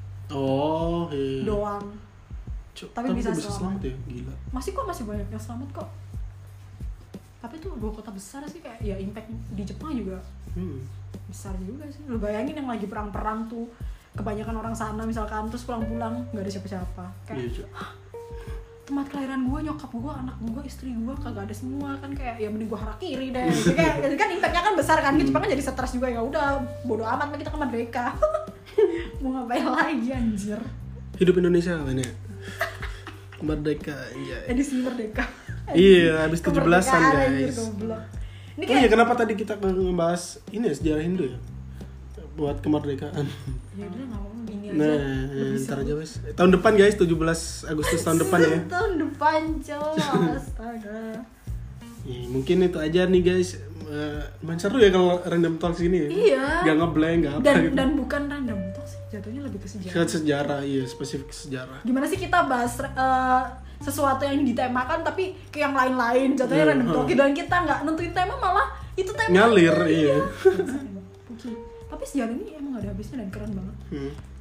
Oh, iya. doang. Cuk, Tapi bisa bisa selamat. selamat ya, gila. Masih kok, masih banyak yang selamat kok. Tapi tuh dua kota besar sih, kayak ya impact di Jepang juga Hmm. besar juga sih. Lu bayangin yang lagi perang-perang tuh, kebanyakan orang sana misalkan, terus pulang-pulang nggak ada siapa-siapa. Kayak Iya, Cuk. tempat kelahiran gue, nyokap gue, anak gue, istri gue kagak ada semua kan, kayak ya mending gue harakiri deh. Jadi kayak jadi kan impactnya kan besar kan. Jepang kan jadi stres juga, ya udah bodo amat, kita kan merdeka. Mau ngapain lagi anjir. Hidup Indonesia kan ya. Merdeka iya. Edisi merdeka. Iya, habis tujuh belasan Kemerdekaan, anjir, guys. goblok. Ini Oh kayak iya, kenapa tadi kita ngebahas ini ya, sejarah Hindu ya? Buat kemerdekaan. ya udah nggak apa-apa, gini aja. Nah, Lebih ntar seru. aja wes. Tahun depan guys, tujuh belas Agustus tahun depan ya. Tahun depan coy, astaga. Ya, mungkin itu aja nih guys. Uh, main seru ya kalau random talk sini ya. Iya. Gak ngeblank, gak apa Dan gitu. dan bukan random talk sih, jatuhnya lebih ke sejarah. Ke sejarah, iya, spesifik sejarah. Gimana sih kita bahas uh, sesuatu yang ditemakan tapi ke yang lain-lain, jatuhnya Yeah, random talk, huh. dan kita nggak nentuin tema, malah itu tema Ngalir, iya. Puji. Tapi sejarah ini emang gak ada habisnya dan keren banget. Hmm.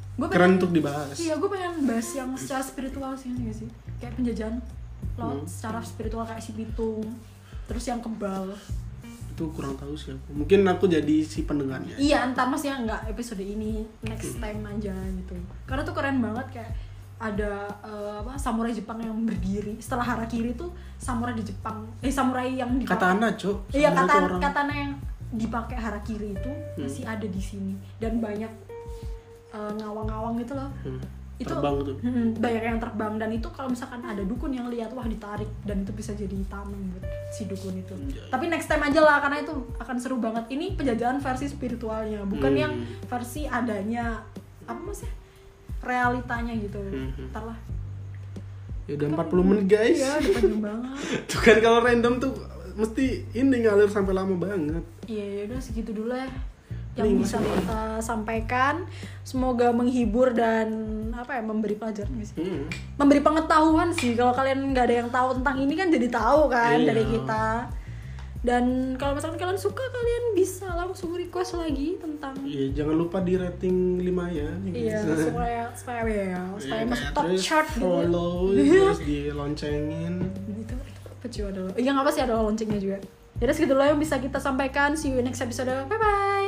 Gua keren untuk dibahas. Iya, gue pengen bahas yang secara spiritual sih, nggak sih? Kayak penjajahan laut Hmm. secara spiritual kayak si Pitung, terus yang kebal. Itu kurang tahu sih aku. Mungkin aku jadi si pendengarnya. Iya, entar mas ya nggak episode ini, next time aja gitu. Karena tuh keren banget kayak ada uh, apa samurai Jepang yang berdiri setelah harakiri tuh samurai di Jepang eh samurai yang dipakai Katana, Cok. iya Samurai katana itu orang. katana yang dipakai harakiri itu Hmm. masih ada di sini dan banyak uh, ngawang-ngawang gitu loh. Hmm. Itu Terbang tuh. hmm, banyak yang terbang dan itu kalau misalkan ada dukun yang lihat wah ditarik dan itu bisa jadi tameng buat si dukun itu. Hmm, iya. Tapi next time aja lah karena itu akan seru banget. Ini penjajahan versi spiritualnya, bukan Hmm. yang versi adanya apa mas ya realitanya gitu. Hmm. Ntar lah. Ya udah empat puluh menit guys. Iya, udah panjang banget. Tuh kan kalau random tuh mesti ini ngalir sampai lama banget. Iya, ya udah segitu dulu ya yang Nih, bisa masih- kita sampaikan. Semoga menghibur dan apa ya memberi pelajaran nggak sih? Hmm. Memberi pengetahuan sih. Kalau kalian nggak ada yang tahu tentang ini kan jadi tahu kan Iya. dari kita. Dan kalau misalkan kalian suka kalian bisa langsung request lagi tentang Iya, jangan lupa di rating lima ya. iya supaya supaya ya supaya Iya, masuk kayak top terus chart gitu. follow, terus diloncengin. Itu apa cuy ada lo? Iya nggak apa sih ada loncengnya juga. Jadi segitu lah yang bisa kita sampaikan. See you next episode. Bye bye.